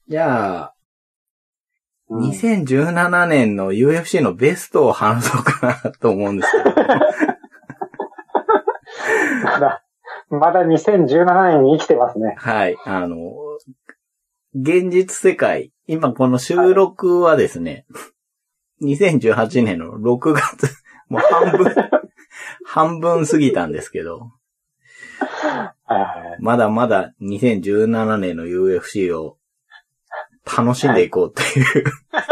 じゃあ、 うん 2017年の UFC のベストを話そうかなと思うんですけど。 まだ2017年に生きてますね。 はい。現実世界、今この収録はですね、2018年の6月、もう半分過ぎたんですけど、 はいはいまだまだ2017年の UFC を楽しんでいこうという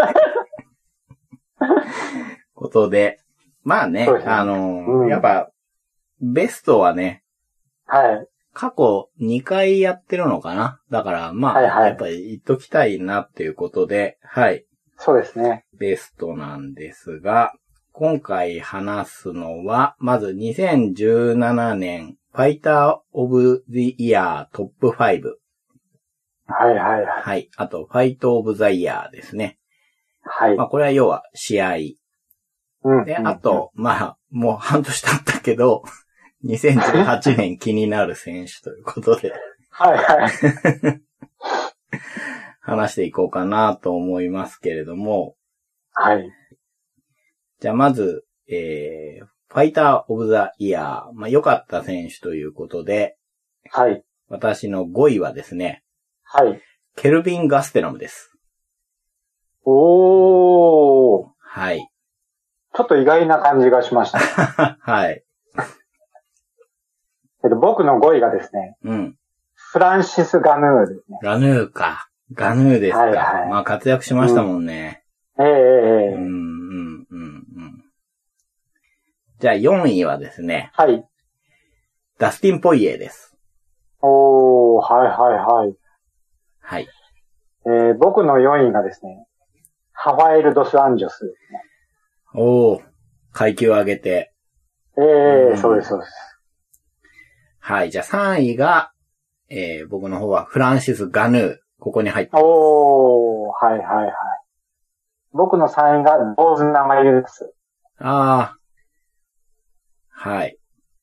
ことで、まあね、 そうですねやっぱ、ベストはね、 はい。 過去2回やってるのかな。だからまあ、 はいはいやっぱり言っときたいなっていうことで、はい。 そうですね。 ベストなんですが、今回話すのは、まず2017年、ファイターオブザイヤートップ5。 はいはいはい。 はい。あと、ファイトオブザイヤーですね。 はい。 まあ、これは要は試合。 うん。 で、あと、まあ、もう半年経ったけど、2018年気になる選手ということで、 はいはい。 話していこうかなと思いますけれども、 はい。 じゃあまず、ファイターオブザイヤー、まあ良かった選手ということで、 はい。 私の5位はですね、 はい。 ケルビン・ガステラムです。 おー。 はい。 ちょっと意外な感じがしました。 はい。 僕の5位がですね、 うん。 フランシス・ガヌーですね。 ガヌーか。ガヌーですか。 はいはい、 まあ活躍しましたもんね。 うん。 じゃあ4位はですね、 はい。 ダスティン・ポイエーです。 おー、はいはいはい。 はい。 僕の4位がですね、ハファエル・ドス・アンジョスですね。 おー、階級を上げて。 そうですそうです。 はい、じゃあ3位が、僕の方はフランシス・ガヌー。ここに入ってます。 おー、はいはいはい。僕の3位が坊主長湯です。 ああ。はい。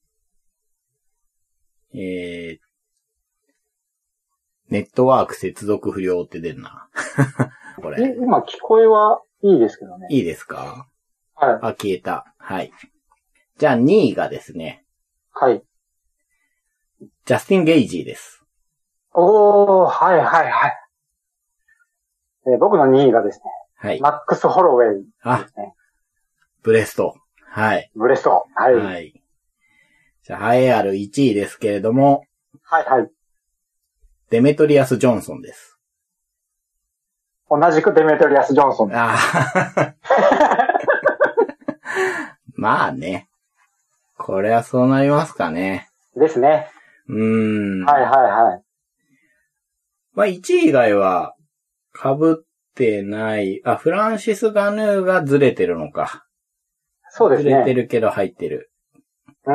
ネットワーク接続不良って出るな。これ。 今聞こえはいいですけどね。 いいですか？ はい。 あ、消えた。はい。じゃあ2位がですね。 はい。 ジャスティン・ゲイジーです。 おー、はいはいはい。僕の2位がですね。 はい。 マックス・ホロウェイですね。 ブレスト。はい。 ブレスト。はい。 はい。じゃあ、栄えある1位ですけれども。 はいはい。 デメトリアス・ジョンソンです。 同じくデメトリアス・ジョンソンです。 ああ。まあね。これはそうなりますかね。 ですね。はいはいはい。 まあ1位以外は被ってない。あ、フランシス・ガヌーがずれてるのか。 そうですね。 ずれてるけど入ってる。 うん。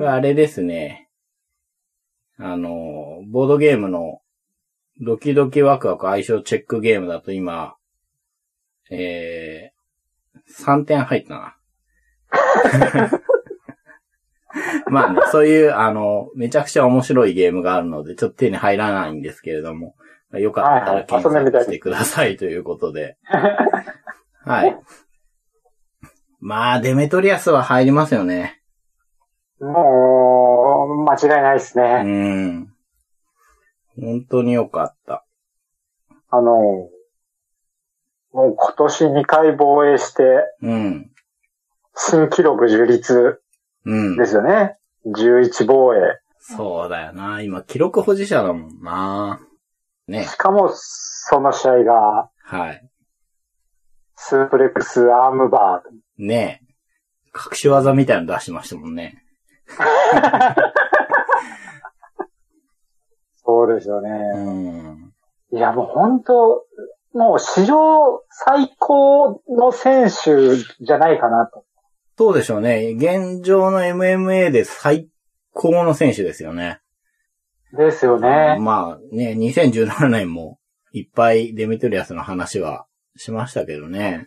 あれですね。ボードゲームのドキドキワクワク相性チェックゲームだと今、3点入ったな。まあね、そういう、めちゃくちゃ面白いゲームがあるので、ちょっと手に入らないんですけれども、よかったら検索してくださいということで。はい。まあ、デメトリアスは入りますよね。 もう、間違いないですね。 本当によかった。 もう今年2回防衛して、新記録樹立ですよね。11防衛。 そうだよな。今、記録保持者だもんな。ね。 しかも、その試合が、 はい。 スープレックスアームバー。 ねえ。隠し技みたいなの出してましたもんね。 そうですよね。いや、もう本当、もう史上最高の選手じゃないかなと。 そうでしょうね。現状の MMA で最高の選手ですよね。 ですよね。 まあね、2017年もいっぱいデメトリアスの話はしましたけどね。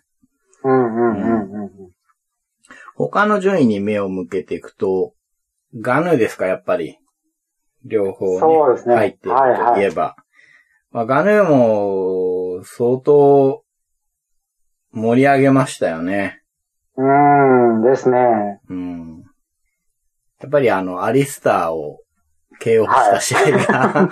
他の順位に目を向けていくと、ガヌーですか、やっぱり。両方ね、 そうですね、 入っているといえば。まあ、ガヌーも相当盛り上げましたよね。 ですね。 やっぱりアリスターを KO した試合が、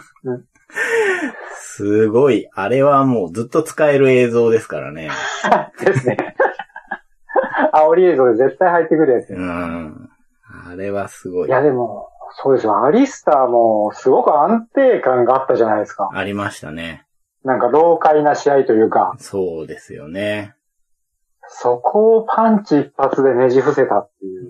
すごい、あれはもうずっと使える映像ですからね。 ですね。煽り映像で絶対入ってくるやつ。 あれはすごい。 いやでも、そうですよ。アリスターもすごく安定感があったじゃないですか。 ありましたね。 なんか老快な試合というか。 そうですよね。 そこをパンチ一発でねじ伏せたっていう。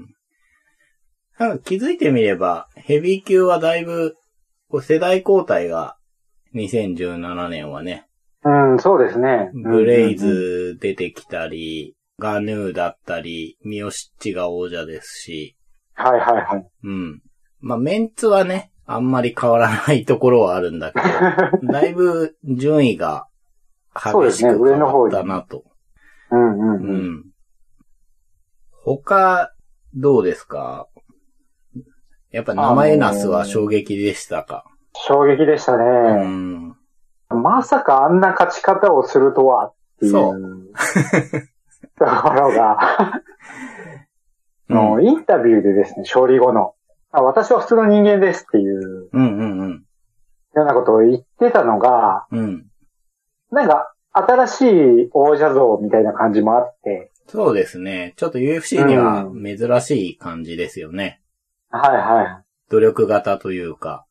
なんか気づいてみれば、ヘビー級はだいぶ、世代交代が2017年はね。 そうですね。 ブレイズ出てきたり、ガヌーだったり、ミオシッチが王者ですし。 はいはいはい。 まあ、メンツはね、あんまり変わらないところはあるんだけど、だいぶ順位が激しく変わったなと。他、どうですか？やっぱ名前ナスは衝撃でしたか？ 衝撃でしたね。まさかあんな勝ち方をするとはっていうところがインタビューでですね、勝利後の私は普通の人間ですっていうようなことを言ってたのが、なんか新しい王者像みたいな感じもあって、 そうですね。ちょっと UFC には珍しい感じですよね。 はいはい。 努力型というか。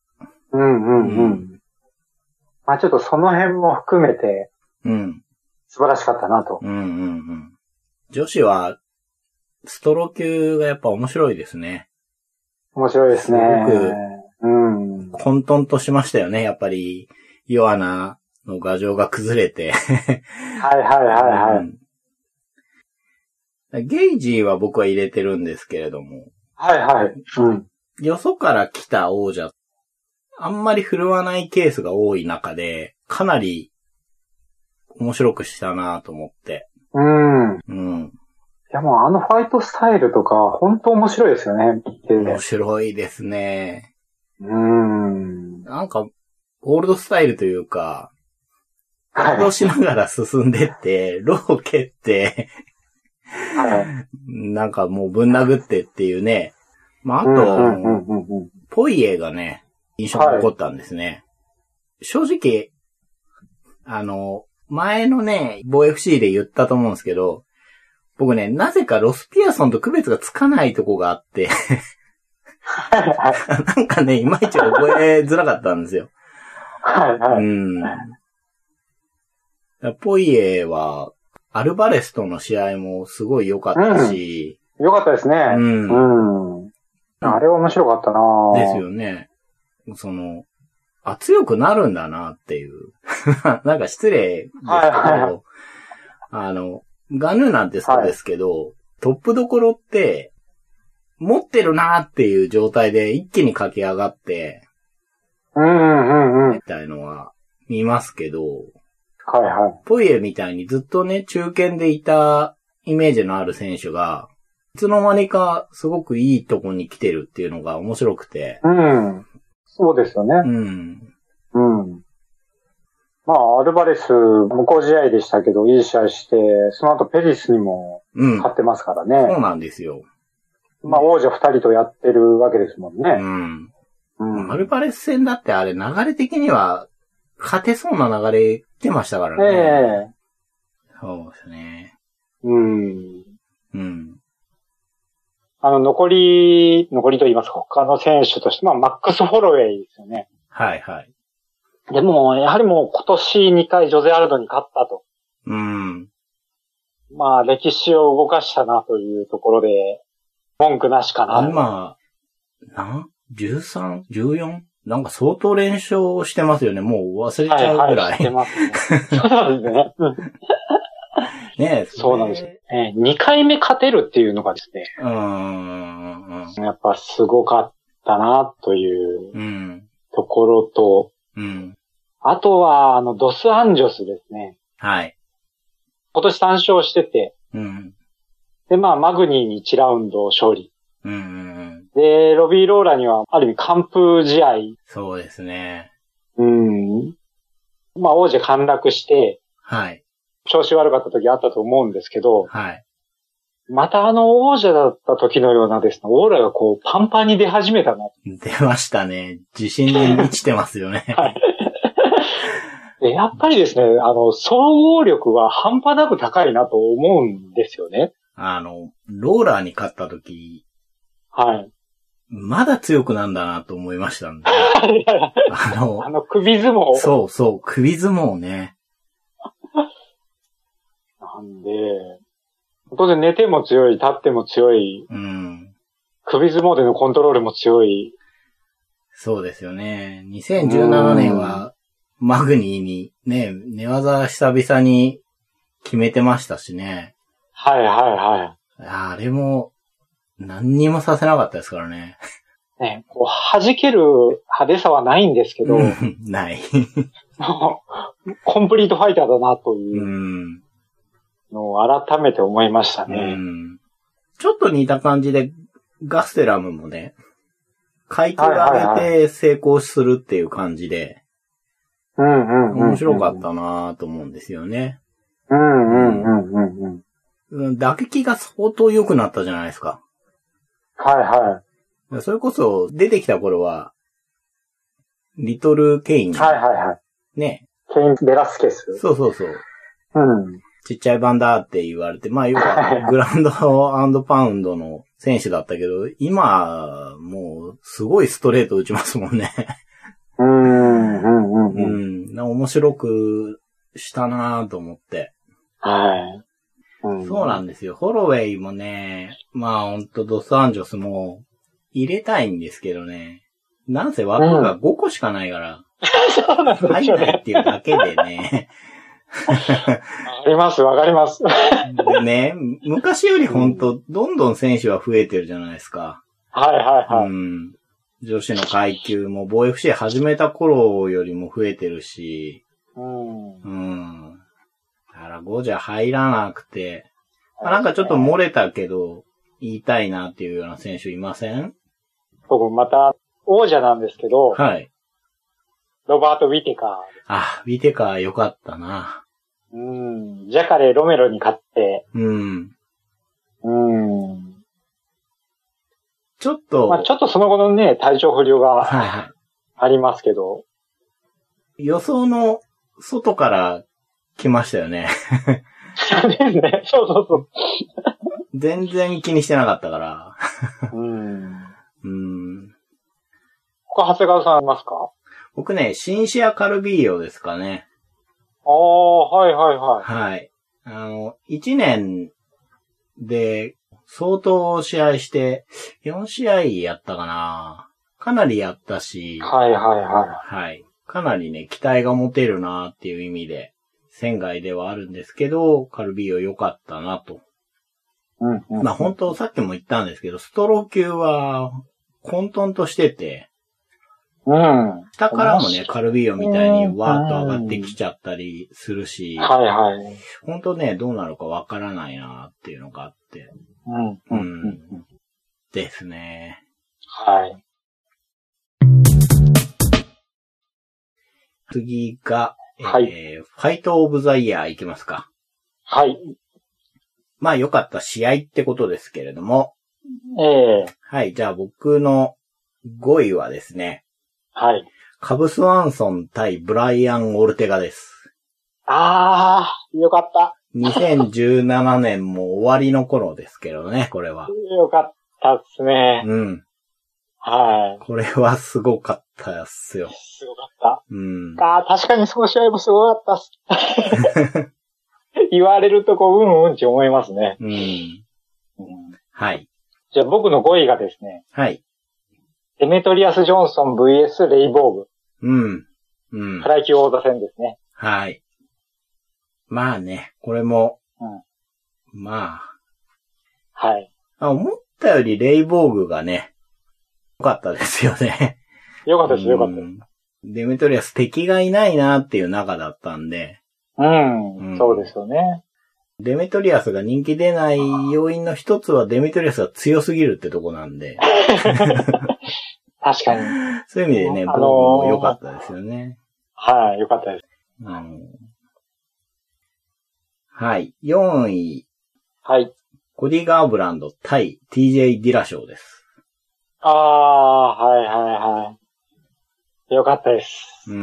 まあちょっとその辺も含めて、素晴らしかったなと。 女子は、ストロ級がやっぱ面白いですね。 面白いですね。 すごく、混沌としましたよね。やっぱり、ヨアナの牙城が崩れて。ゲイジーは僕は入れてるんですけれども。よそから来た王者、あんまり振るわないケースが多い中で、かなり面白くしたなと思って。 いやもうファイトスタイルとか、本当面白いですよね。 面白いですね。なんか、オールドスタイルというか、殺しながら進んでって、ローを蹴って、なんかもうぶん殴ってっていうね。まあ、あと、ポイエがね、印象に残ったんですね。正直、前のね、ボ FC で言ったと思うんですけど、僕ね、なぜかロスピアソンと区別がつかないとこがあって、なんかね、いまいち覚えづらかったんですよ。ポイエは、アルバレスとの試合もすごい良かったし。 良かったですね。あれは面白かったなですよね。強くなるんだなっていう。なんか失礼ですけど、ガヌーなんてそうですけど、トップどころって、持ってるなっていう状態で一気に駆け上がって、みたいのは見ますけど、ポイエみたいにずっとね、中堅でいたイメージのある選手が、いつの間にかすごくいいとこに来てるっていうのが面白くて。 そうですよね。まあ、アルバレス、無効試合でしたけど、いい試合して、その後ペリスにも勝ってますからね。 そうなんですよ。 まあ、王者2人とやってるわけですもんね。 アルバレス戦だってあれ流れ的には勝てそうな流れ来ましたからね。そうですね。 残りと言いますか、他の選手として、まあ、マックス・フォロウェイですよね。でも、やはりもう今年2回ジョゼ・アルドに勝ったと。まあ、歴史を動かしたなというところで、文句なしかな。 今、13、14? なんか相当連勝してますよね。もう忘れちゃうぐらい。 してますね。そうなんですね。 ねえ。 そうなんですね。2回目勝てるっていうのがですね。やっぱすごかったなというところと、あとは、ドスアンジョスですね。今年3勝してて、で、まあ、マグニーに1ラウンド勝利。で、ロビー・ローラには、ある意味、完封試合。 そうですね。 まあ王者陥落して、 はい。 調子悪かった時あったと思うんですけど、 はい。 また王者だった時のようなですね、オーラがこうパンパンに出始めたな。 出ましたね。自信に満ちてますよね。 はい。やっぱりですね、総合力は半端なく高いなと思うんですよね。 ローラーに勝った時、 はい。 まだ強くなんだなと思いましたんで。 首相撲。 そうそう、首相撲ね。 なんで、当然寝ても強い、立っても強い。 うん。 首相撲でのコントロールも強い。 そうですよね。2017年は、マグニーにね、寝技久々に決めてましたしね。 はいはいはい。 あれも、何にもさせなかったですからね。 ね、こう弾ける派手さはないんですけど。 ない。 コンプリートファイターだなというのを改めて思いましたね。 ちょっと似た感じで、ガステラムもね、階級上げて成功するっていう感じで、面白かったなと思うんですよね。打撃が相当良くなったじゃないですか。 はいはい。 それこそ出てきた頃は、リトル・ケイン。 はいはいはい。 ね。 ケイン・ベラスケス。 そうそうそう。ちっちゃい版だって言われて、まあ要はグランド&パウンドの選手だったけど、今、もうすごいストレート打ちますもんね。面白くしたなぁと思って。 はい。 そうなんですよ。ホロウェイもね、まあほんとドスアンジョスも入れたいんですけどね。なんせ枠が5個しかないから。 そうなんですよね。 入んないっていうだけでね。 わかります、わかります。 でね、昔よりほんとどんどん選手は増えてるじゃないですか。 はいはいはい。 女子の階級も防 FC 始めた頃よりも増えてるし。だから5じゃ入らなくて、なんかちょっと漏れたけど、言いたいなっていうような選手いません？ 僕また王者なんですけど、 はい。 ロバート・ウィテカー。 あ、ウィテカーよかったな。 ジャカレ・ロメロに勝って。 ちょっと。 まあちょっとその後のね、体調不良がありますけど。 予想の外から来ましたよね。 そうですね。そうそうそう。 全然気にしてなかったから。 他、長谷川さんありますか？ 僕ね、シンシア・カルビーヨですかね。 はいはいはい。 はい。1年で相当試合して、4試合やったかな。かなりやったし。 はいはいはい。 はい。かなりね、期待が持てるなっていう意味で、仙外ではあるんですけど、カルビーヨ良かったなと。まあ本当さっきも言ったんですけど、ストロー級は混沌としてて、下からもね、カルビーヨみたいにワーッと上がってきちゃったりするし、 はいはい。 本当ね、どうなるかわからないなっていうのがあって。ですね。 はい。 次が、 はい。 ファイトオブザイヤーいきますか。 はい。 まあ良かった試合ってことですけれども。はい、じゃあ僕の5位はですね。 はい。 カブス・ワンソン対ブライアン・オルテガです。 よかった。 2017年も終わりの頃ですけどね、これは。 よかったっすね。はい。 これはすごかったっすよ。 すごかった。確かにその試合もすごかったっす。言われるとって思いますね。はい。じゃあ僕の5位がですね。 はい。 デメトリアス・ジョンソン VS レイボーグ。フライ級王座戦ですね。 はい。まあね、これも、まあ。 はい。 思ったよりレイボーグがね、良かったですよね。 良かったです、良かったです。 デメトリアス敵がいないなっていう中だったんで。 そうですよね。 デメトリアスが人気出ない要因の一つはデメトリアスが強すぎるってとこなんで。 確かに。 そういう意味でね、僕も良かったですよね。 はい、良かったです。 はい。4位。 はい。 コディ・ガーブランド対 TJ ディラショーです。 はいはいはい。よかったです。 うん。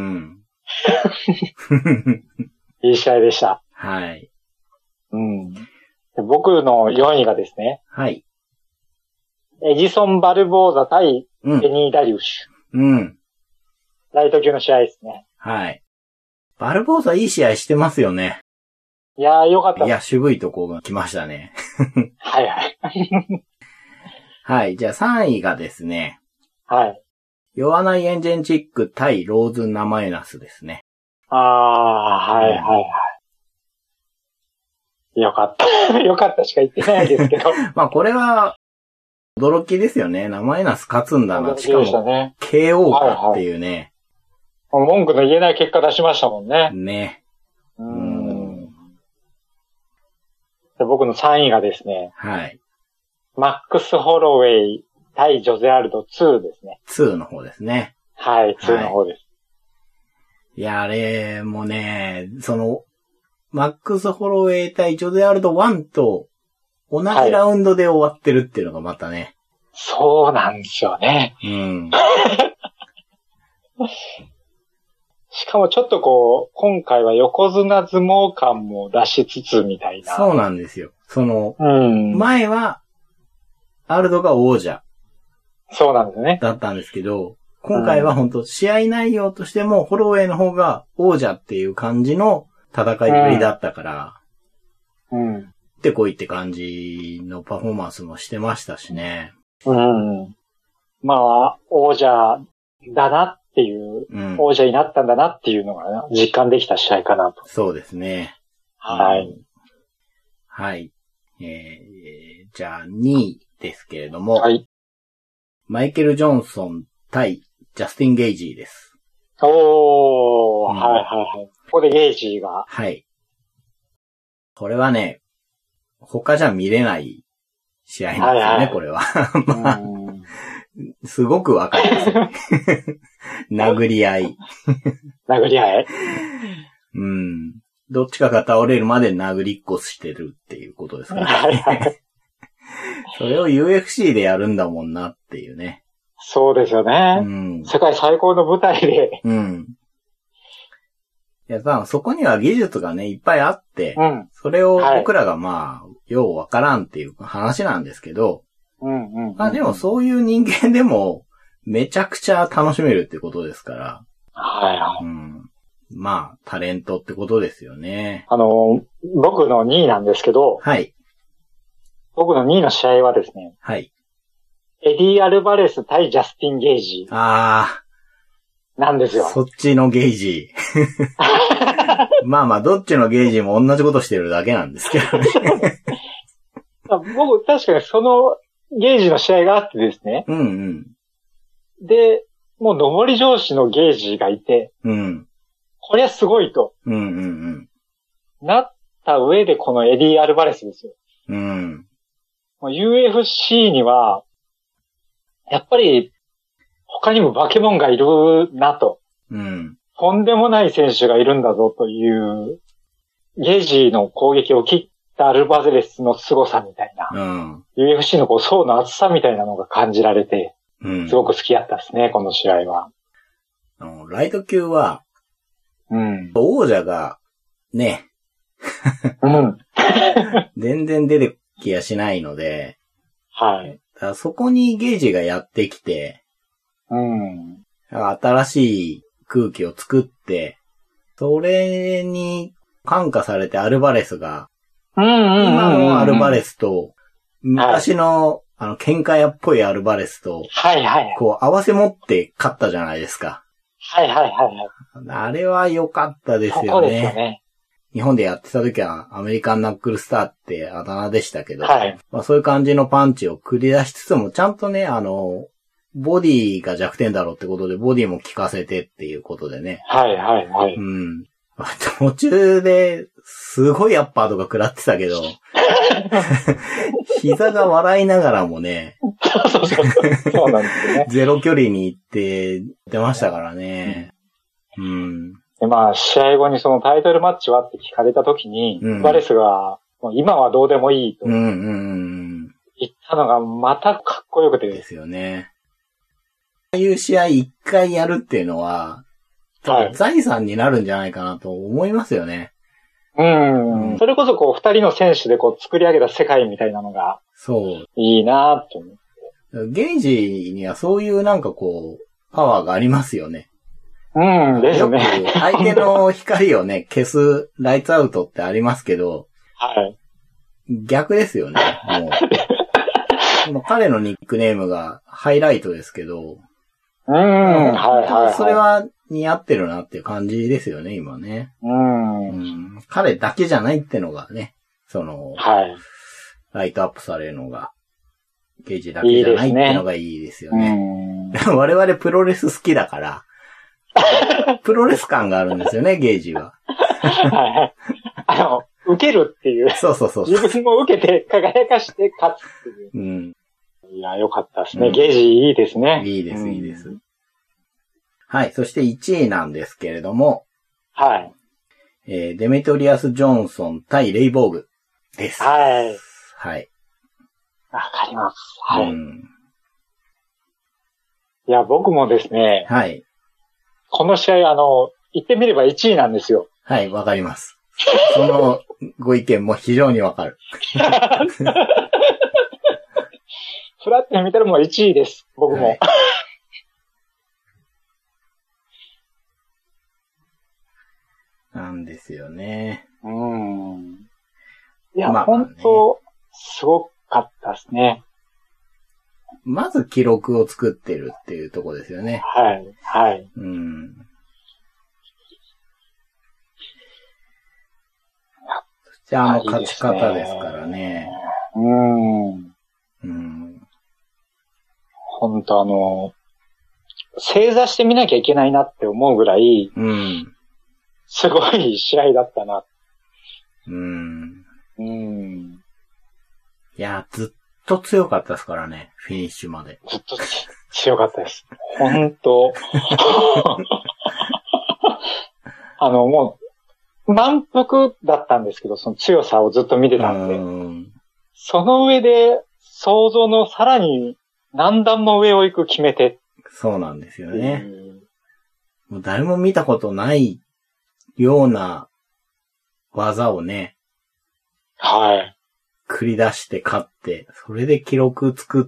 いい試合でした。 はい。 うん。僕の4位がですね。 はい。 エジソン・バルボーザ対ペニー・ダリウシュ。うん。 ライト級の試合ですね。 はい。バルボーザいい試合してますよね。 いやーよかった。 いや、渋いとこが来ましたね。 はいはい。 はい。じゃあ3位がですね。 はい。 ヨアナイ・エンジェンチック対ローズ・ナマエナスですね。 はいはいはい。よかった。よかったしか言ってないですけど。 まあこれは、驚きですよね。ナマエナス勝つんだな。しかも、KO かっていうね。 文句の言えない結果出しましたもんね。 ね。 で僕の3位がですね。 はい。 マックス・ホロウェイ対ジョゼアルド2ですね。 2の方ですね。 はい、2の方です。 いや、あれもね、マックス・ホロウェイ対ジョゼアルド1と同じラウンドで終わってるっていうのがまたね。 そうなんですよね。 うん。 しかもちょっと今回は横綱相撲感も出しつつみたいな。 そうなんですよ。前は、アルドが王者。 そうなんですね。 だったんですけど、今回は本当試合内容としても、ホロウェイの方が王者っていう感じの戦いぶりだったから、ってこいって感じのパフォーマンスもしてましたしね。 まあ、王者だなっていう、王者になったんだなっていうのが実感できた試合かなと。 そうですね。 はい。 はい。じゃあ2位ですけれども、 はい。 マイケル・ジョンソン対ジャスティン・ゲイジーです。 はいはいはい。ここでゲイジーが。 はい。これはね、他じゃ見れない試合なんですよね、これは。まあ、すごくわかりますよ。殴り合い。 殴り合いどっちかが倒れるまで殴りっこしてるっていうことですからね。それを UFC でやるんだもんなっていうね。 そうですよね。世界最高の舞台で。 いや、多分そこには技術がね、いっぱいあって、それを僕らがまあ、ようわからんっていう話なんですけど、まあでもそういう人間でも、めちゃくちゃ楽しめるってことですから、まあ、タレントってことですよね。 僕の2位なんですけど、 はい。 僕の2位の試合はですね、 はい。 エディ・アルバレス対ジャスティン・ゲイジー。なんですよ。 そっちのゲイジー。まあまあ、どっちのゲイジーも同じことしてるだけなんですけどね。 僕、確かにそのゲージの試合があってですね。で、もう上り上司のゲージがいて、これはすごいと。なった上でこのエディ・アルバレスですよ。もう UFC には、やっぱり他にも化け物がいるなと。とんでもない選手がいるんだぞという、ゲージの攻撃を切ったアルバレスの凄さみたいな、UFC の層の厚さみたいなのが感じられて、すごく好きだったですね、この試合は。 ライト級は、王者が、ね、全然出てきやしないので、そこにゲージがやってきて、新しい空気を作って、それに感化されてアルバレスが、今のアルバレスと、昔の、喧嘩屋っぽいアルバレスと、こう合わせ持って勝ったじゃないですか。あれは良かったですよね。 そうですよね。 日本でやってた時はアメリカンナックルスターってあだ名でしたけど、まあ、そういう感じのパンチを繰り出しつつも、ちゃんとね、ボディが弱点だろうってことで、ボディも効かせてっていうことでね。途中で、すごいアッパーとか食らってたけど、膝が笑いながらもね、 そうなんですね。 ゼロ距離に行って出ましたからね。 で、まあ、試合後にそのタイトルマッチはって聞かれたときに、バレスが、もう今はどうでもいいと言ったのがまたかっこよくてですよね。ああいう試合一回やるっていうのは、財産になるんじゃないかなと思いますよね。 それこそこう二人の選手でこう作り上げた世界みたいなのが、そう。いいなと思って。 ゲージにはそういうなんかこう、パワーがありますよね。 ですね。 よく相手の光をね、消すライツアウトってありますけど、逆ですよね、もう彼のニックネームがハイライトですけど、それは似合ってるなっていう感じですよね、今ね。彼だけじゃないってのがね、ライトアップされるのが、ゲージだけじゃないってのがいいですよね。我々プロレス好きだから、プロレス感があるんですよね、ゲージは。 受けるっていう。 そう。 自分も受けて輝かして勝つっていう。いや、よかったですね。ゲージいいですね。 いいです。はい。そして1位なんですけれども。デメトリアス・ジョンソン対レイボーグです。 はい。わかります。いや、僕もですね。この試合、言ってみれば1位なんですよ。 はい、わかります。そのご意見も非常にわかる。 フラットに見たらもう1位です。僕も。 なんですよね。 いや、本当すごかったですね。 まず記録を作ってるっていうところですよね。じゃあ勝ち方ですからね。 本当正座してみなきゃいけないなって思うぐらい、すごい試合だったな。 いや、ずっと強かったですからね、フィニッシュまで。 ずっと強かったです。本当もう、満腹だったんですけど、その強さをずっと見てたんで。その上で、想像のさらに何段も上を行く決め手。 そうなんですよね。もう誰も見たことないような技をね。繰り出して勝って、それで記録作って。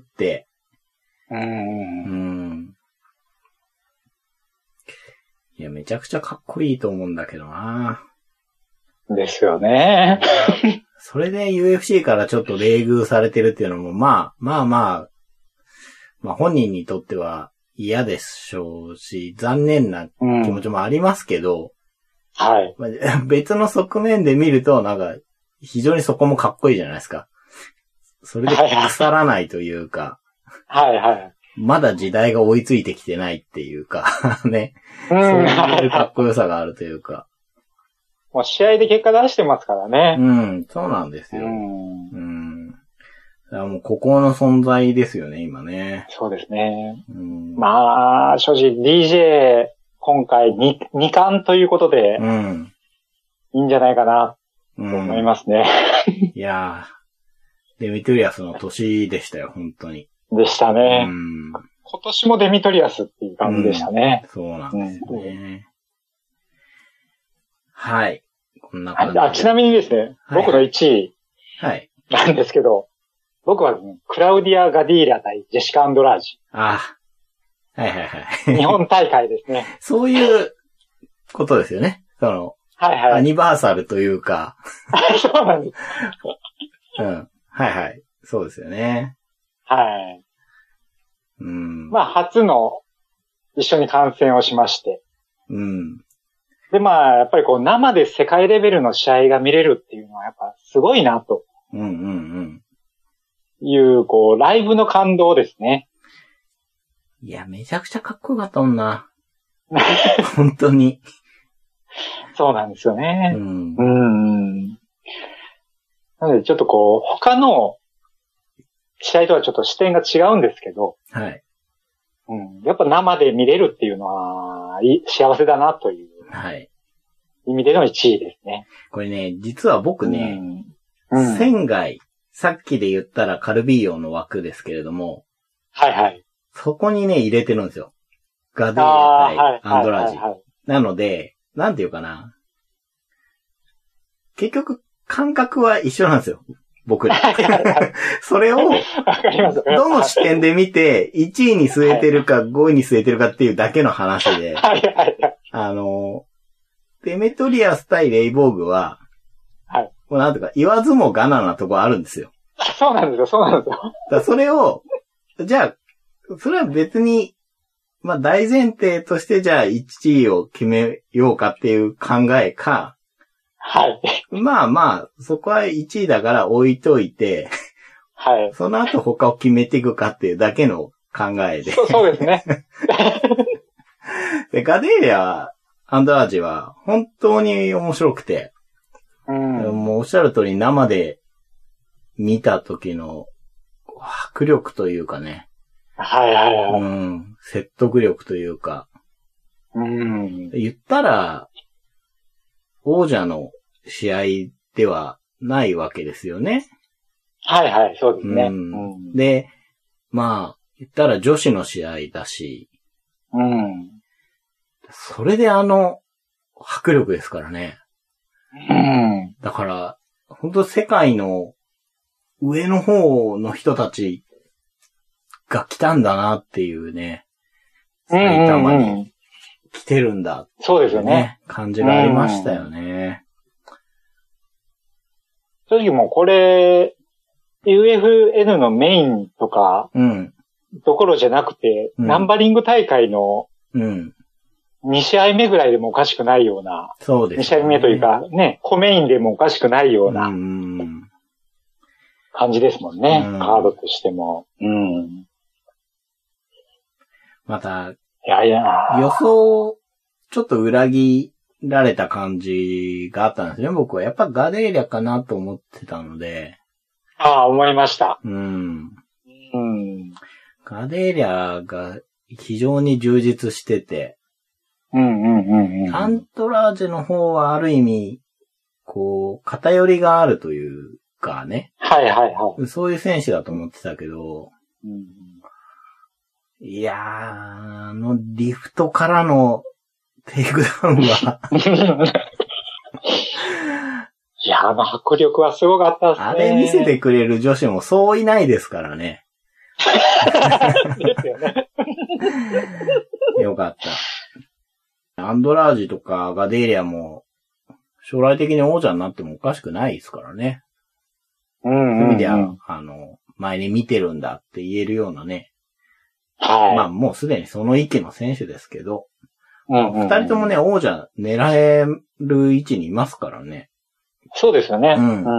いや、めちゃくちゃかっこいいと思うんだけどな。 ですよね。 それで UFC からちょっと冷遇されてるっていうのも、まあ本人にとっては嫌でしょうし、残念な気持ちもありますけど、別の側面で見ると、なんか、非常にそこもかっこいいじゃないですか。それで腐らないというか、まだ時代が追いついてきてないっていうか、ね。そういうかっこよさがあるというか。 もう試合で結果出してますからね。 そうなんですよ。だからもうここの存在ですよね、今ね。 そうですね。まあ、正直 DJ 今回2冠ということで、いいんじゃないかな、と思いますね。 いやー、デミトリアスの年でしたよ、本当に。 でしたね。今年もデミトリアスっていう感じでしたね。 そうなんですよね。はい。こんな感じ。 ちなみにですね、僕の1位なんですけど、僕は、クラウディア・ガディーラ対ジェシカ・アンドラージ。日本大会ですね。 そういうことですよね。アニバーサルというか。 そうなんです。 そうですよね。 まあ、初の一緒に観戦をしまして。で、まあ、やっぱり生で世界レベルの試合が見れるっていうのはやっぱすごいなと。いう、ライブの感動ですね。 いや、めちゃくちゃかっこよかったもんな。本当に。 そうなんですよね。なので、ちょっと他の試合とはちょっと視点が違うんですけど。やっぱ生で見れるっていうのは、幸せだなという。 意味での1位ですね。 これね、実は僕ね、仙外、さっきで言ったらカルビーヨの枠ですけれども、 はいはい。 そこにね、入れてるんですよ。ガデーリア対アンドラージ。なので、なんていうかな。結局、感覚は一緒なんですよ。僕ら。それを、どの視点で見て、1位に据えてるか、5位に据えてるかっていうだけの話で、デメトリアス対レイボーグは、もうなんとか言わずもがななとこあるんですよ。 そうなんですよ、そうなんですよ。 だそれを、じゃあ、それは別に、まあ大前提としてじゃあ1位を決めようかっていう考えか、 はい。 まあまあ、そこは1位だから置いといて、 はい。 その後他を決めていくかっていうだけの考えで。 そうですね。 で、ガデーリア、アンドラージは本当に面白くて、もうおっしゃる通り生で見た時の迫力というかね。 はいはいはい。 説得力というか。言ったら、王者の試合ではないわけですよね。 はいはい、そうですね。 で、まあ、言ったら女子の試合だし。それで迫力ですからね。だから、本当世界の上の方の人たちが来たんだなっていうね。埼玉に来てるんだって、ね。 そうですよね。 感じがありましたよね。 正直もうこれ、UFN のメインとか、どころじゃなくて、ナンバリング大会の、2試合目ぐらいでもおかしくないような。 そうですね。 2試合目というか、ね、コメインでもおかしくないような感じですもんね。カードとしても。 また、予想、ちょっと裏切られた感じがあったんですね。僕はやっぱガデーリャかなと思ってたので。 ああ、思いました。 ガデーリャが非常に充実してて、アントラージェの方はある意味、こう、偏りがあるというかね。そういう選手だと思ってたけど、いやー、リフトからのテイクダウンは。 いや、迫力はすごかったですね。 あれ見せてくれる女子もそういないですからね。 ですよね。 よかった。アンドラージとかガデーリアも将来的に王者になってもおかしくないですからね。そういう意味では、前に見てるんだって言えるようなね。まあもうすでにその域の選手ですけど、二人ともね、王者狙える位置にいますからね。 そうですよね。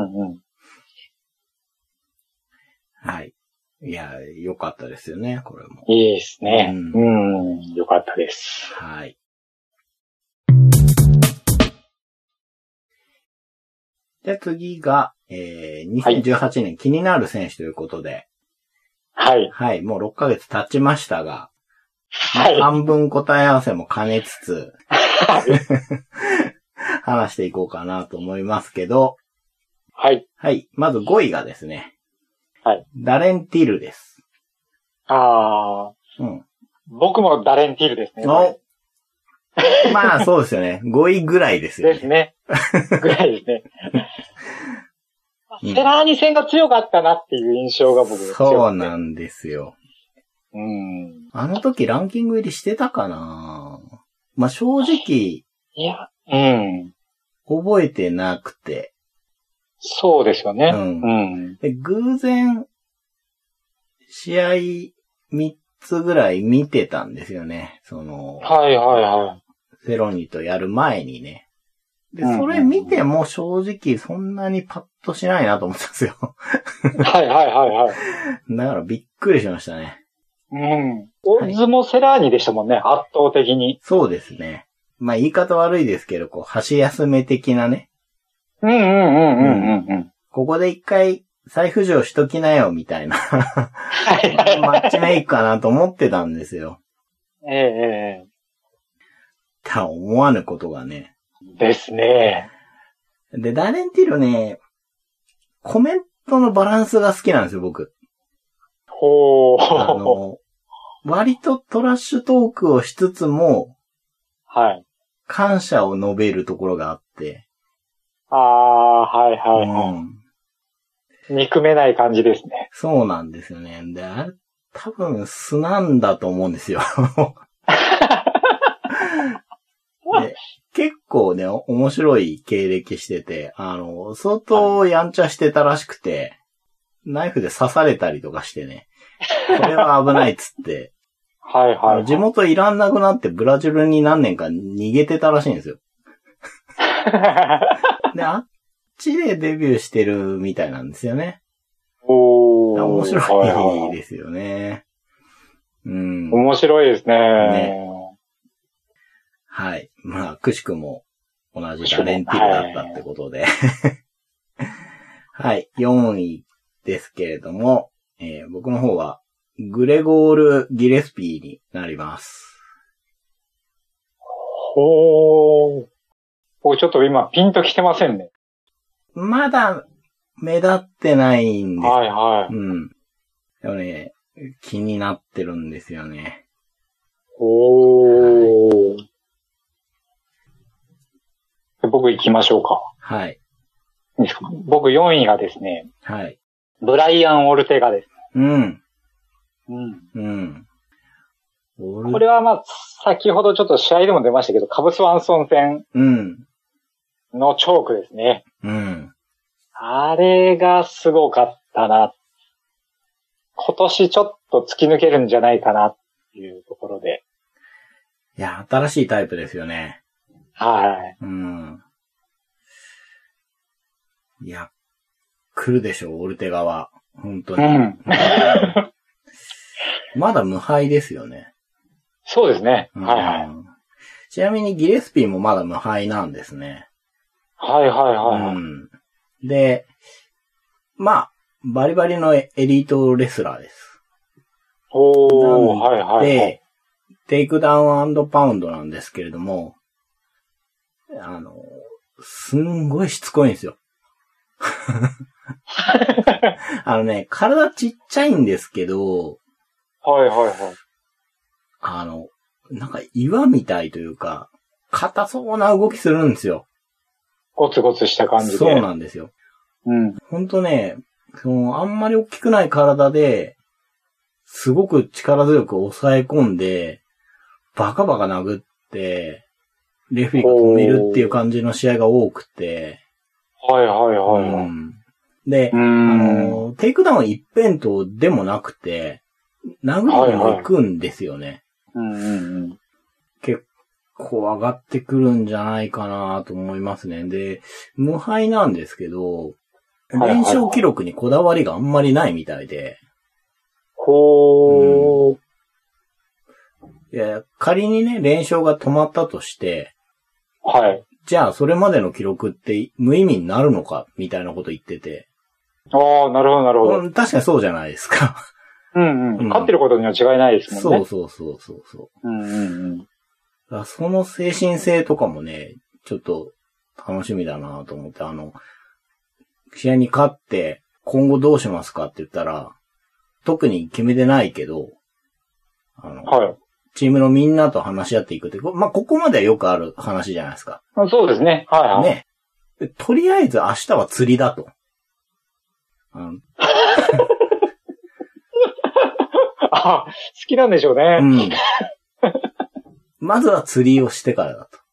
はい。いや、良かったですよね、これも。 いいですね。良かったです。 はい。じゃあ次が、2018年気になる選手ということで。 はい。 はい、もう6ヶ月経ちましたが、はい。半分答え合わせも兼ねつつ、話していこうかなと思いますけど、 はい。 はい。まず5位がですね、 はい。 ダレン・ティルです。 僕もダレン・ティルですね。 まあそうですよね。5位ぐらいですよね。 ですね。ぐらいですね。セラーニ戦が強かったなっていう印象が僕です。 そうなんですよ。あの時ランキング入りしてたかな？まあ正直、覚えてなくて。 そうですよね。 で偶然、試合3つぐらい見てたんですよね。セロニとやる前にね。で、それ見ても正直そんなにパッとしないなと思ったんですよ。だからびっくりしましたね。 オッズもセラーニでしたもんね、圧倒的に。 そうですね。まあ言い方悪いですけど、こう、箸休め的なね。ここで一回再浮上しときなよ、みたいな。マッチメイクかなと思ってたんですよ。思わぬことがね、 ですね。 で、ダーレンティールね、コメントのバランスが好きなんですよ、僕。 ほー。 割とトラッシュトークをしつつも、 はい。 感謝を述べるところがあって。 はいはいはい。憎めない感じですね。 そうなんですよね。で、あれ、多分素なんだと思うんですよ。で結構ね、面白い経歴してて、相当やんちゃしてたらしくて、ナイフで刺されたりとかしてね、これは危ないっつって、 はいはい、はい。 地元いらんなくなってブラジルに何年か逃げてたらしいんですよ。で、あっちでデビューしてるみたいなんですよね。面白いですよね。 面白いですね。 はい。まあ、くしくも同じダレンティールだったってことで。はい。4位ですけれども、僕の方はグレゴール・ギレスピーになります。 ほー。僕ちょっと今ピンと来てませんね。 まだ目立ってないんです。 はいはい。 でもね、気になってるんですよね。 ほー。僕行きましょうか。 はい。 いいですか？僕4位がですね。 はい。 ブライアン・オルテガです。これはまあ、先ほどちょっと試合でも出ましたけど、カブスワンソン戦のチョークですね。あれがすごかったな。今年ちょっと突き抜けるんじゃないかなっていうところで。 いや、新しいタイプですよね。 はい。 いや、来るでしょう、オルテガは。本当に。まだ無敗ですよね。 そうですね。はいはい。 ちなみにギレスピーもまだ無敗なんですね。 はいはいはい。 で、まあ、バリバリのエリートレスラーです。 はいはい。 で、テイクダウン&パウンドなんですけれども、すんごいしつこいんですよ。体ちっちゃいんですけど、 はいはいはい。 なんか岩みたいというか、硬そうな動きするんですよ。 ゴツゴツした感じで。 そうなんですよ。ほんとね、あんまり大きくない体で、すごく力強く抑え込んで、バカバカ殴って、レフェリーが止めるっていう感じの試合が多くて。 はいはいはい。 で、テイクダウン一辺倒でもなくて、殴りにも行くんですよね。結構上がってくるんじゃないかなと思いますね。で、無敗なんですけど、連勝記録にこだわりがあんまりないみたいで。いや、仮にね、連勝が止まったとして、じゃあ、それまでの記録って無意味になるのかみたいなこと言ってて。 ああ、なるほど、なるほど。 確かにそうじゃないですか。 勝ってることには違いないですもんね。 そう。その精神性とかもね、ちょっと楽しみだなと思って、試合に勝って、今後どうしますかって言ったら、特に決めてないけど、チームのみんなと話し合っていくって、まあ、ここまではよくある話じゃないですか。 そうですね。 ね。とりあえず明日は釣りだと。 好きなんでしょうね。 まずは釣りをしてからだと。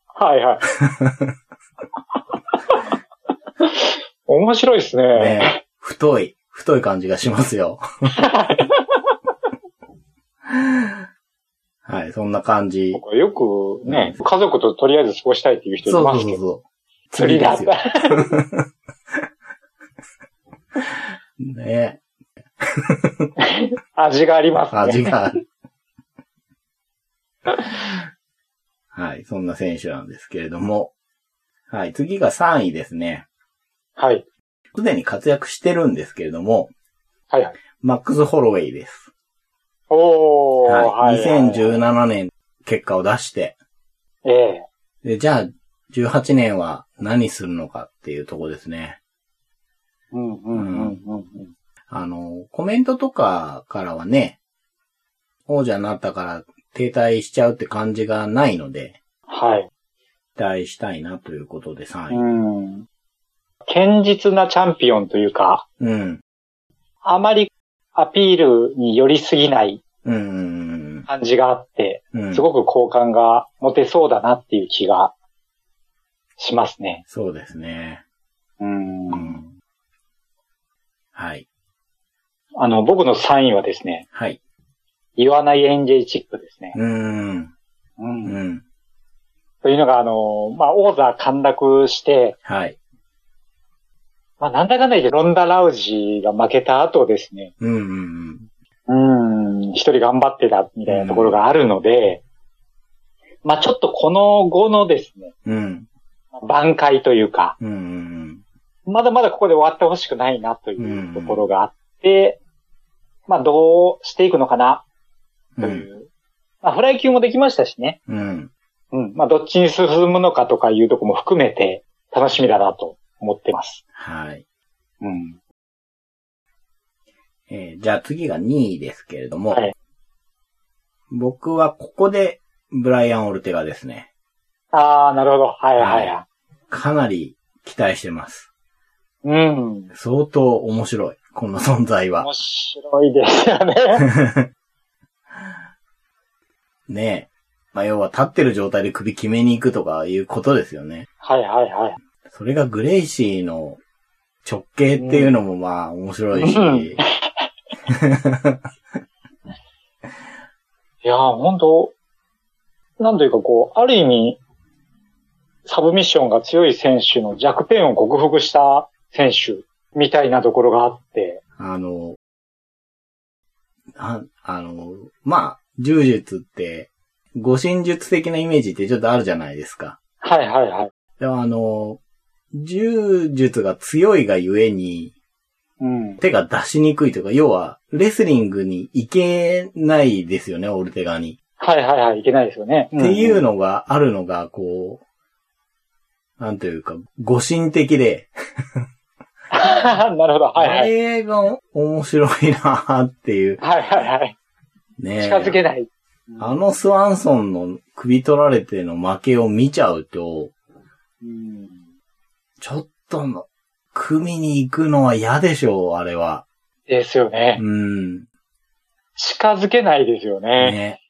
面白いですね。 太い感じがしますよ。はい、そんな感じ。 よくね、家族ととりあえず過ごしたいっていう人いますけど。そう。釣りだった。 ね味がありますね。 味がある。はい、そんな選手なんですけれども。はい、次が3位ですね。 はい。 すでに活躍してるんですけれども。マックス・ホロウェイです。2017年結果を出して。で、じゃあ、 18年は何するのかっていうとこですね。コメントとかからはね、王者になったから停滞しちゃうって感じがないので、 はい。 期待したいなということで3位。 堅実なチャンピオンというか、あまりアピールに寄りすぎない感じがあって、すごく好感が持てそうだなっていう気がしますね。 そうですね。はい。 僕の3位はですね。 はい。 言わない NJ チップですね。というのが、王座陥落して、 はい。 なんだかんだ言ってロンダ・ラウジーが負けた後ですね。一人頑張ってたみたいなところがあるので、ちょっとこの後のですね、挽回というか、まだまだここで終わってほしくないなというところがあって、どうしていくのかなという。フライ級もできましたしね。どっちに進むのかとかいうところも含めて楽しみだなと思ってます。 はい。じゃあ次が2位ですけれども、はい、僕はここでブライアン・オルテガですね。 なるほど。はい。 かなり期待してます。相当面白い。この存在は。 面白いですよね。 ねえ。要は立ってる状態で首決めに行くとかいうことですよね。 はい。 それがグレイシーの直径っていうのも面白いし。いや、本当なんというかある意味、サブミッションが強い選手の弱点を克服した選手みたいなところがあって。 柔術って、護身術的なイメージってちょっとあるじゃないですか。 はい。 でも柔術が強いがゆえに、手が出しにくいというか、要は、レスリングに行けないですよね、オルテガに。 はい。行けないですよね。 っていうのがあるのが、なんというか、護身的で。 なるほど、はい。 あれが面白いなっていう。 はい。ね、近づけない。 スワンソンの首取られての負けを見ちゃうと、ちょっと組に行くのは嫌でしょう、あれは。 ですよね。近づけないですよね。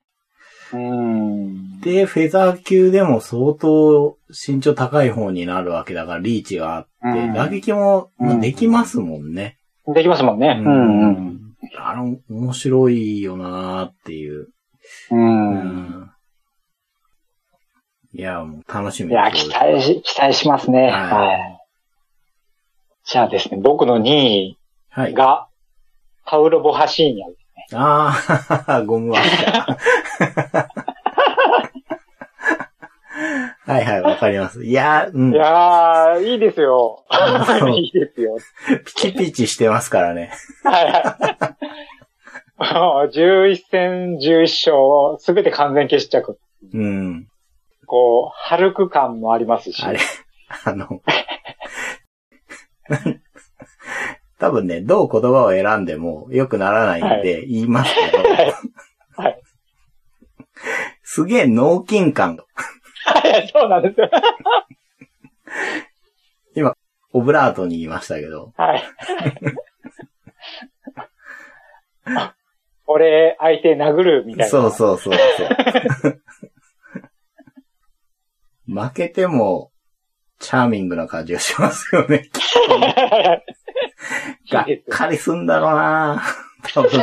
で、フェザー級でも相当身長高い方になるわけだから、リーチがあって、打撃もできますもんね。 できますもんね。 面白いよなーっていう。いや、もう楽しみです。 いや、期待しますね。はい。じゃあですね、僕の2位が、パウロ・ボハシーニャですね。ゴムワッシャー。はい、わかります。いやー、いいですよ。いいですよ。 ピチピチしてますからね。 11戦11勝をすべて完全決着。ハルク感もありますし。 多分ね、どう言葉を選んでも良くならないんで言いますけど。すげえ脳筋感。 そうなんですよ。 今、オブラートに言いましたけど。 俺、相手殴るみたいな。 そう。負けても、チャーミングな感じがしますよね。がっかりすんだろうな多分。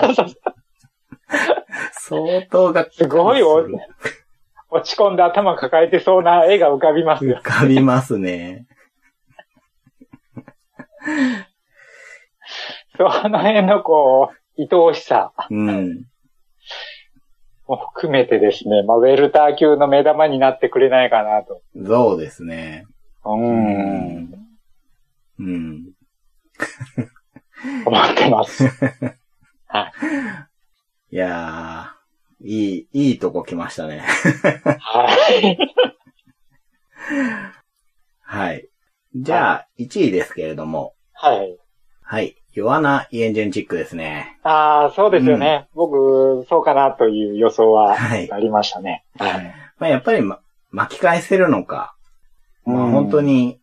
相当がっかりする。 すごい落ち込んで頭抱えてそうな絵が浮かびますよ。 浮かびますね。 その辺の愛おしさ。も含めてですね、ウェルター級の目玉になってくれないかなと。 そうですね。 思ってます。はい。 いやー、いいとこ来ましたね。 はい。 じゃあ、1位ですけれども。 はい。 はい。ヨアナ・イエンジェンチックですね。 ああ、そうですよね。僕、そうかなという予想はありましたね。 はい。まあ、やっぱり、巻き返せるのか。まあ、本当に、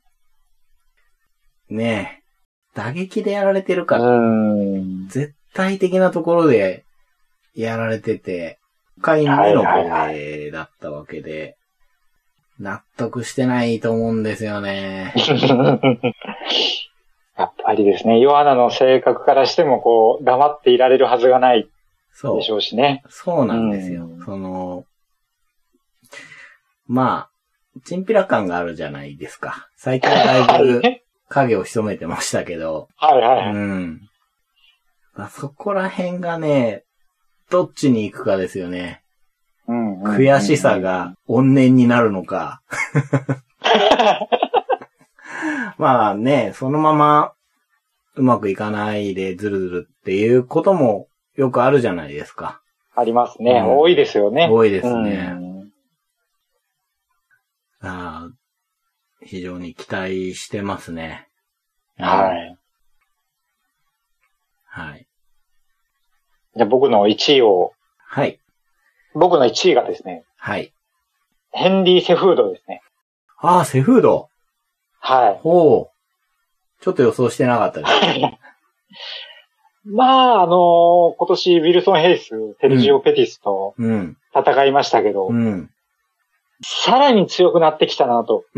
ねえ、打撃でやられてるから、絶対的なところでやられてて、回目の防衛だったわけで、納得してないと思うんですよね。 やっぱりですね、ヨアナの性格からしてもこう、黙っていられるはずがないでしょうしね。 そうなんですよ。まあ、チンピラ感があるじゃないですか。最近はだいぶ影を潜めてましたけど。 はいはい。 まあ、そこら辺がね、どっちに行くかですよね。悔しさが怨念になるのか。まあね、そのままうまくいかないでズルズルっていうこともよくあるじゃないですか。 ありますね。多いですよね。 多いですね。非常に期待してますね。 はい。 はい。 じゃあ僕の1位を。 はい。 僕の1位がですね。 はい。 ヘンリー・セフードですね。 ああ、セフード。 はい。 ほう。ちょっと予想してなかったです。 まあ、今年、ウィルソン・ヘイス、テルジオ・ペティスと戦いましたけど、さらに強くなってきたなと。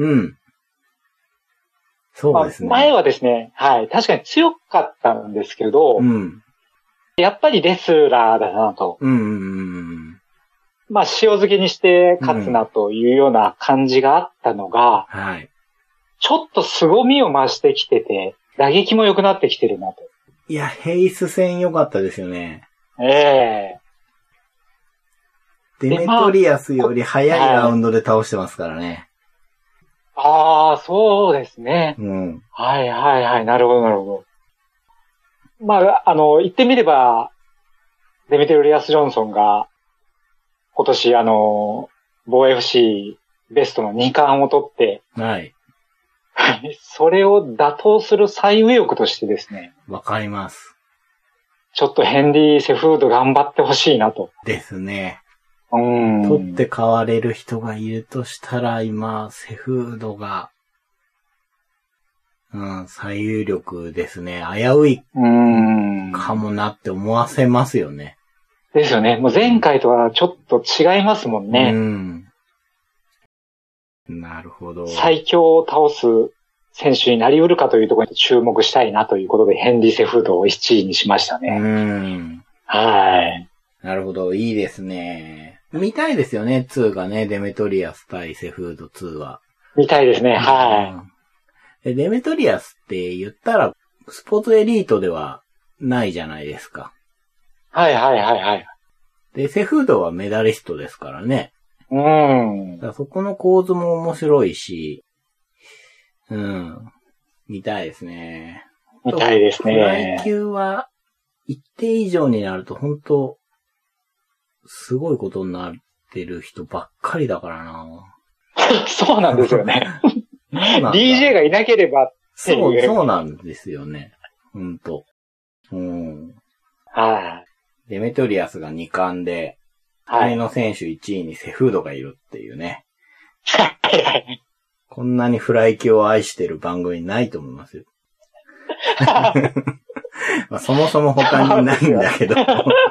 そうですね。 前はですね、はい、確かに強かったんですけど、やっぱりレスラーだなと。まあ、塩漬けにして勝つなというような感じがあったのが、 はい。 ちょっと凄みを増してきてて、打撃も良くなってきてるなと。 いや、ヘイス戦良かったですよね。デメトリアスより早いラウンドで倒してますからね。 ああ、そうですね。はいはいはい。なるほどなるほど。まあ、言ってみれば、デメトリアス・ジョンソンが、今年防 FC ベストの2冠を取って、 はい。 それを打倒する最右翼としてですね。 わかります。 ちょっとヘンリー・セフード頑張ってほしいなと。 ですね。取って代われる人がいるとしたら、今、セフードが、最有力ですね。危ういかもなって思わせますよね。 ですよね。もう前回とはちょっと違いますもんね。 なるほど。 最強を倒す選手になり得るかというところに注目したいなということで、ヘンリー・セフードを1位にしましたね。はい。 なるほど。いいですね。見たいですよね、2がね。デメトリアス対セフード2は。 見たいですね。はい。 デメトリアスって言ったら、スポーツエリートではないじゃないですか。 はいはいはいはい。 で、セフードはメダリストですからね。だからそこの構図も面白いし、見たいですね。 見たいですね。 フライ級は一定以上になると本当すごいことになってる人ばっかりだからな。 そうなんですよね。DJ がいなければっていう。 そうなんですよね。本当。 はい。 デメトリアスが2冠で、前の選手1位にセフードがいるっていうね。こんなにフライ級を愛してる番組ないと思いますよ。まあ、そもそも他にないんだけど。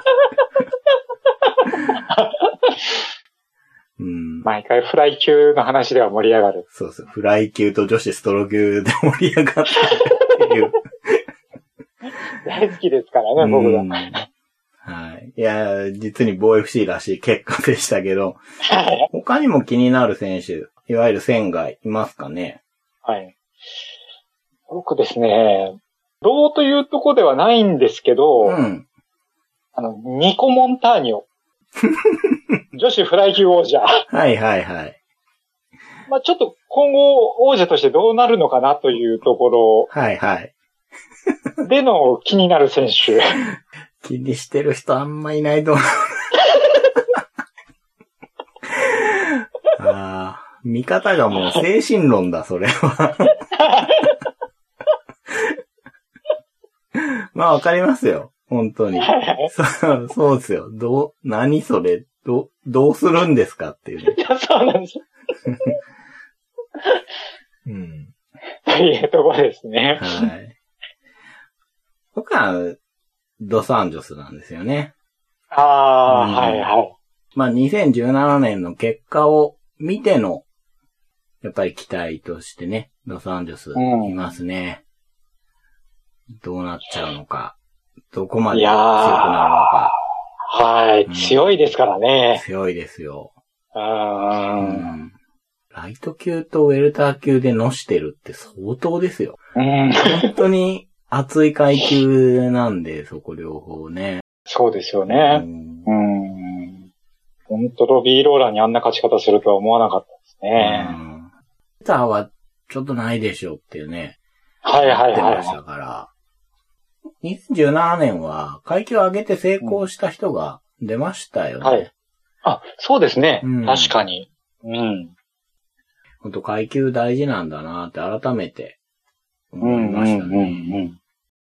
毎回フライ級の話では盛り上がる。 そうそう。フライ級と女子ストロ級で盛り上がってるっていう。 大好きですからね、僕が。 はい。いや、実に防 FC らしい結果でしたけど、他にも気になる選手、いわゆる仙外いますかね？ はい。僕ですね、どうというとこではないんですけど、ニコ・モンターニョ。女子フライ級王者。 はいはいはい。 まあちょっと今後王者としてどうなるのかなというところ。 はいはい。 での気になる選手。 気にしてる人あんまいないと思う。見方がもう精神論だ、それは。 まあわかりますよ。本当に。そうですよ。何それどうするんですかっていうね。 そうなんですよ。 うん。 というところですね。 はい。僕は、ロサンゼルスなんですよね。 はいはい。 まあ、2017年の結果を見ての、やっぱり期待としてね、ロサンゼルスいますね。どうなっちゃうのか。どこまで強くなるのか。 はい、強いですからね。 強いですよ。ライト級とウェルター級でのしてるって相当ですよ。本当に熱い階級なんで、そこ両方ね。 そうですよね。本当ロビーローラーにあんな勝ち方するとは思わなかったですね。 ウェルターはちょっとないでしょうっていうね。 はいはいはい。 言ってましたから。2017年は階級を上げて成功した人が出ましたよね。はい。 あ、そうですね。確かに。 本当階級大事なんだなって改めて思いましたね。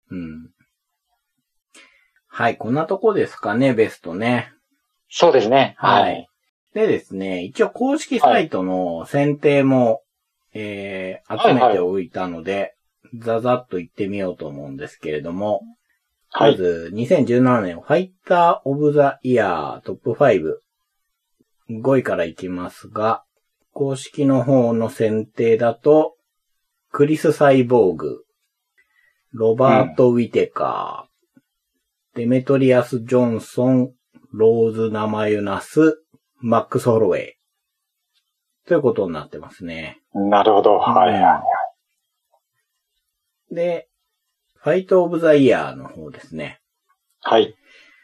はい、こんなとこですかね、ベストね。 そうですね。はい。 でですね、一応公式サイトの選定も、集めておいたので、ざざっと言ってみようと思うんですけれども、まず2017年ファイターオブザイヤートップ5、5位からいきますが、公式の方の選定だと、クリス・サイボーグ、ロバート・ウィテカー、デメトリアス・ジョンソン、ローズ・ナマユナス、マックス・ホロウェイ。ということになってますね。 なるほど。はいはいはい。 で、ファイト・オブ・ザ・イヤーの方ですね。 はい。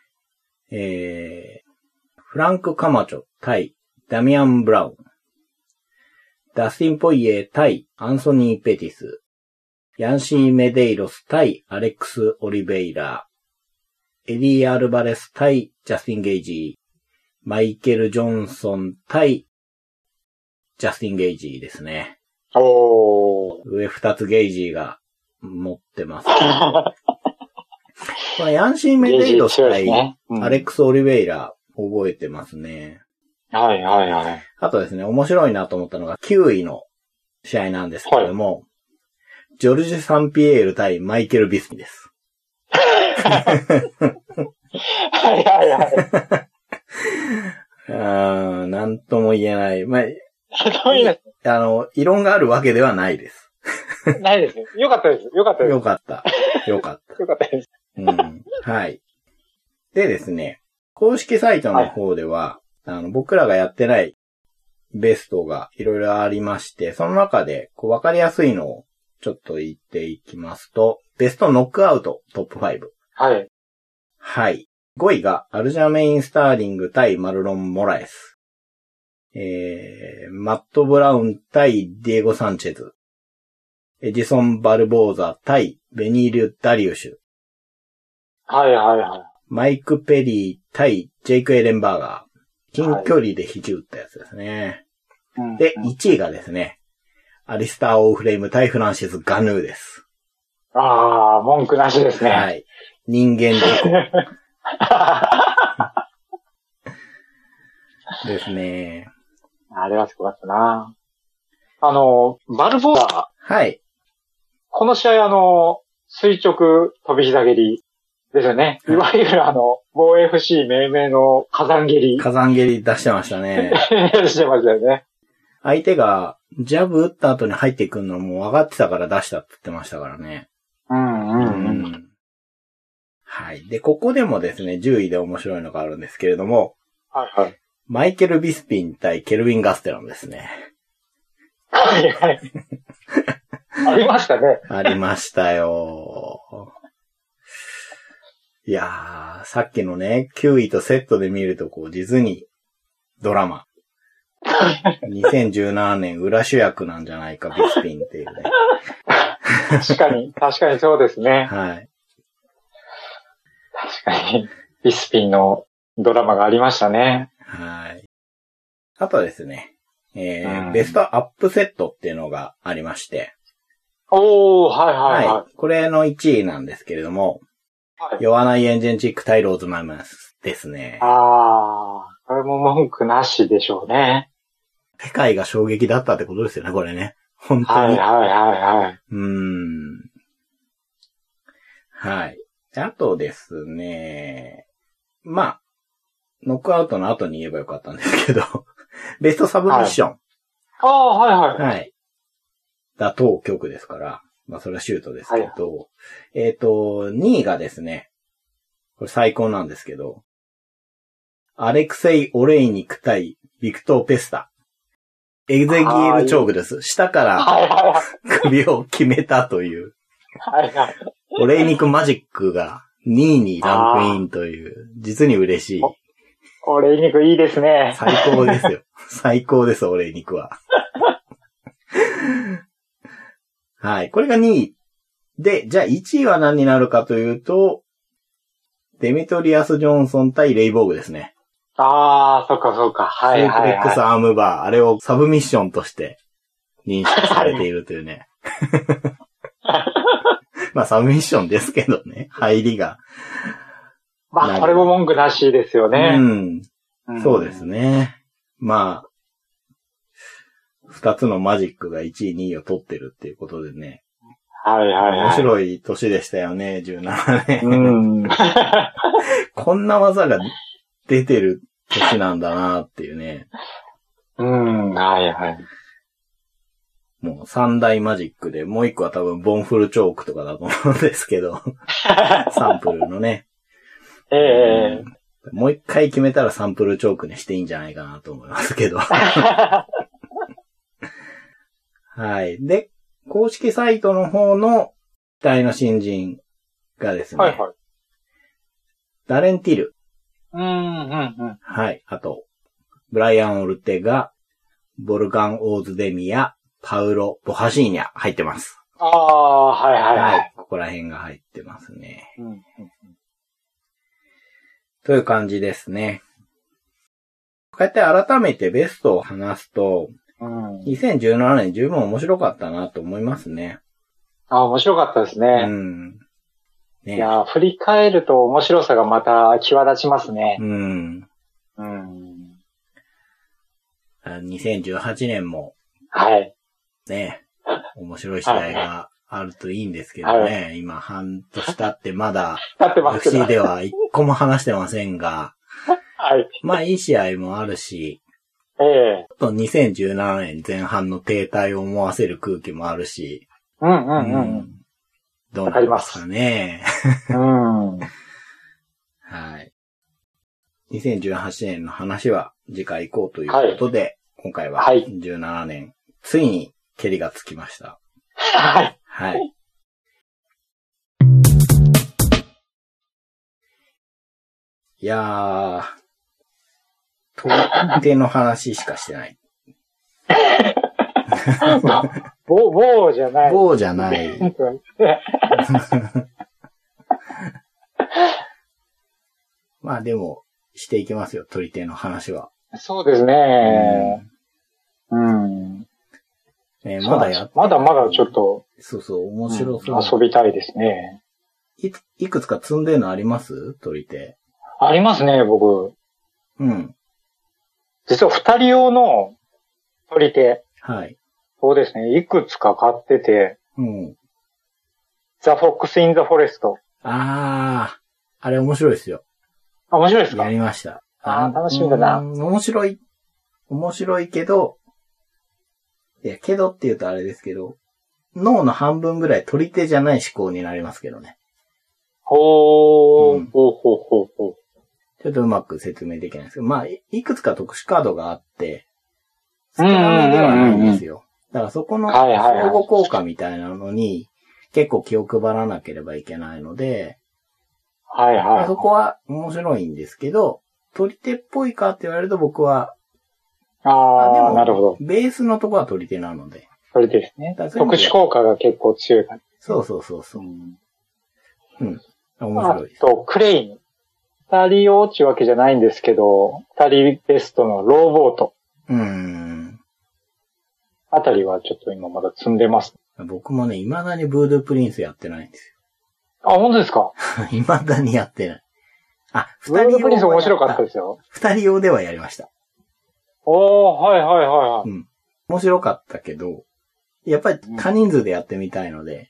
フランク・カマチョ対ダミアン・ブラウン。ダスティン・ポイエ対アンソニー・ペティス。ヤンシー・メデイロス対アレックス・オリベイラ。エディ・アルバレス対ジャスティン・ゲイジー。マイケル・ジョンソン対ジャスティン・ゲイジーですね。上2つゲイジーが持ってます。このヤンシー・メデイロス対アレックス・オリベイラ覚えてますね。 はいはいはい。 あとですね、面白いなと思ったのが9位の試合なんですけれども、ジョルジュ・サンピエール対マイケル・ビスピです。 はいはいはい。なんとも言えない。まあ、異論があるわけではないです。 ないですよ。よかったです。よかったです。 よかった。よかった。 よかったです。 はい。でですね、公式サイトの方では、僕らがやってないベストがいろいろありまして、その中でわかりやすいのをちょっと言っていきますと、ベストノックアウトトップ5。 はい。 はい。5位がアルジャメイン・スターリング対マルロン・モラエス。マット・ブラウン対ディエゴ・サンチェズ。エジソン・バルボーザ対ベニール・ダリウシュ。 はいはいはい。 マイク・ペリー対ジェイク・エレンバーガー。近距離で肘打ったやつですね。で、1位がですね、アリスター・オーフレーム対フランシス・ガヌーです。 文句なしですね。 はい。人間事故。ですね。 あれはすごかったな。バルボーザ。 はい。 この試合垂直飛び膝蹴りですよね。いわゆる防 FC 命名の火山蹴り。 火山蹴り出してましたね。 出してましたよね。 相手がジャブ打った後に入ってくるのも分かってたから出したって言ってましたからね。はい。で、ここでもですね、10位で面白いのがあるんですけれども。 はいはい。 マイケル・ビスピン対ケルビン・ガステロンですね。 はいはい。ありましたね。 ありましたよ。いやー、さっきのね、9位とセットで見ると実にドラマ。2017年裏主役なんじゃないか、ビスピンっていうね。 確かにそうですね。 はい。 確かに、ビスピンのドラマがありましたね。 はい。あとですね、ベストアップセットっていうのがありまして。 はいはいはい。 これの1位なんですけれども、 はい、酔わないエンジンチックタイローズマイマスですね。 ああ、これも文句なしでしょうね。 世界が衝撃だったってことですよね、これね。本当に。 はい。 はい。あとですね、まあ、ノックアウトの後に言えばよかったんですけど、ベストサブミッション。はい、 ああ、はい。 だ当曲ですから、まあそれはシュートですけど、2位がですね、これ最高なんですけど、アレクセイ・オレイニク対ビクトー・ペスタ。エグゼギール・チョークです。下から首を決めたという。オレイニク・マジックが2位にランクインという、実に嬉しい。 オレイニクいいですね。 最高ですよ。最高です、オレイニクは。はい。これが2位。で、じゃあ1位は何になるかというと、デメトリアス・ジョンソン対レイボーグですね。 ああ、そっか。はい。 スープレックスアームバー。あれをサブミッションとして認識されているというね。まあサブミッションですけどね。入りが。 まあこれも文句なしですよね。 そうですね。まあ、二つのマジックが1位、2位を取ってるっていうことでね。 はい。 面白い年でしたよね、17年。こんな技が出てる年なんだなっていうね。 はい。 もう三大マジックで、もう一個は多分ボンフルチョークとかだと思うんですけど。サンプルのね。もう一回決めたらサンプルチョークにしていいんじゃないかなと思いますけど。はい。で、公式サイトの方の期待の新人がですね。ダレン・ティル。はい。あと、ブライアン・オルテガ、ボルガン・オーズデミア、パウロ・ボハシーニャ入ってます。はい。ここら辺が入ってますね。という感じですね。こうやって改めてベストを話すと、2017年十分面白かったなと思いますね。 面白かったですね。いや、振り返ると面白さがまた際立ちますね。 2018年も、ね、面白い時代があるといいんですけどね。今半年経ってまだ、FC では一個も話してませんが、まあいい試合もあるし、ちょっと2017年前半の停滞を思わせる空気もあるし、どうなりますかね。はい。2018年の話は次回行こうということで、今回は17年、ついに蹴りがつきました。はい。いやー、取り手の話しかしてない。 棒じゃない。 棒じゃない。まあでも、していきますよ、取り手の話は。 そうですね。まだちょっと。 そう、面白そう。 遊びたいですね。 いくつか積んでるのあります取り手。 ありますね、僕。実は二人用の取り手。そうですね、いくつか買ってて。ザ・フォックス・イン・ザ・フォレスト。 あれ面白いですよ。 面白いですか？ やりました。 楽しみだな。 面白いけど、けどって言うとあれですけど、脳の半分ぐらい取り手じゃない思考になりますけどね。ちょっとうまく説明できないですけど、まあ、いくつか特殊カードがあって、少なめではないんですよ。だからそこの相互効果みたいなのに結構気を配らなければいけないので、そこは面白いんですけど、取り手っぽいかって言われると僕は、でもなるほど。ベースのとこは取り手なので。 取り手ですね。特殊効果が結構強い感じ。 そう。面白いです。 あと、クレイン。二人用っていうわけじゃないんですけど、二人ベストのローボート。あたりはちょっと今まだ積んでます。 僕もね、未だにブードゥープリンスやってないんですよ。 本当ですか？ 未だにやってない。 二人用プリンス面白かったですよ。 二人用ではやりました。 はいはいはい。 うん。面白かったけど、やっぱり多人数でやってみたいので。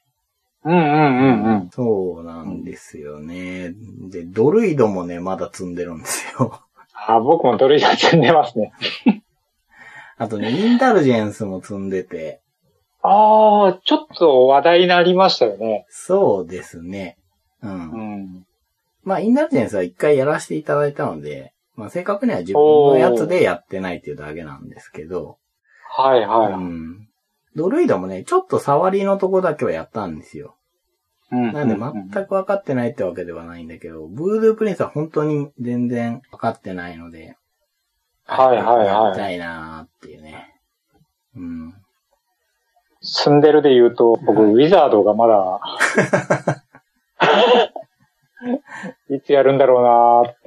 そうなんですよね。で、ドルイドもね、まだ積んでるんですよ。 僕もドルイド積んでますね。 あとね、インダルジェンスも積んでて。 ちょっと話題になりましたよね。 そうですね。まあ、インダルジェンスは一回やらせていただいたので、まあ、正確には自分のやつでやってないっていうだけなんですけど。 はいはい。 ドルイドもね、ちょっと触りのとこだけはやったんですよ。なんで全く分かってないってわけではないんだけど、ブードゥープリンスは本当に全然分かってないので、 はいはいはい。 やりたいなーっていうね。 住んでるで言うと、僕、ウィザードがまだ、いつやるんだろうなーって。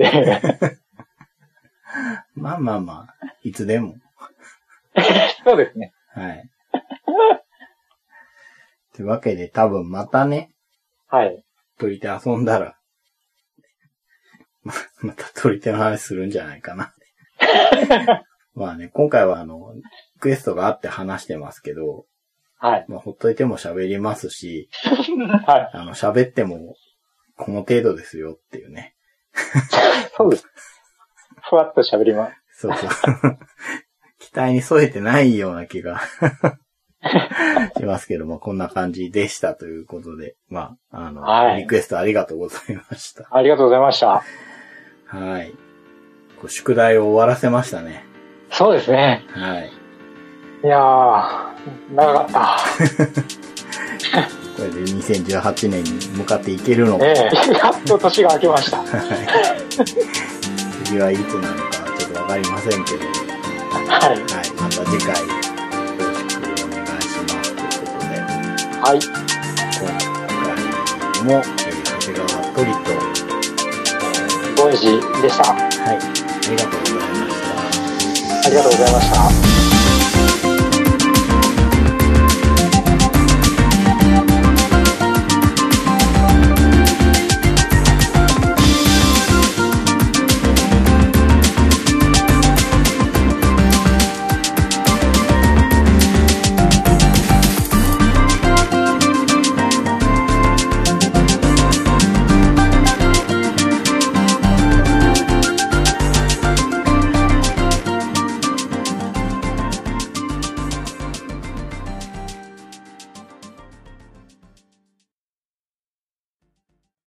まあ、いつでも。 そうですね。 はい。というわけで多分またね、 はい。 取り手遊んだら、また取り手の話するんじゃないかな。まあね、今回はリクエストがあって話してますけど、 はい。 まあほっといても喋りますし、 はい。 喋ってもこの程度ですよっていうね。 そうです。ふわっと喋ります。 そう。期待に添えてないような気がしますけども、こんな感じでしたということで、まあ、はい、リクエストありがとうございました。 ありがとうございました。 はい。宿題を終わらせましたね。 そうですね。 はい。 いやー、長かった。 これで2018年に向かっていけるのか。 やっと年が明けました。はい。 次はいつなのかちょっとわかりませんけど。 はい。 はい。また次回、よろしくお願いしますということで。 はい。 今回も、長谷川トリと、 ゴエジでした。 はい。ありがとうございました。 ありがとうございました。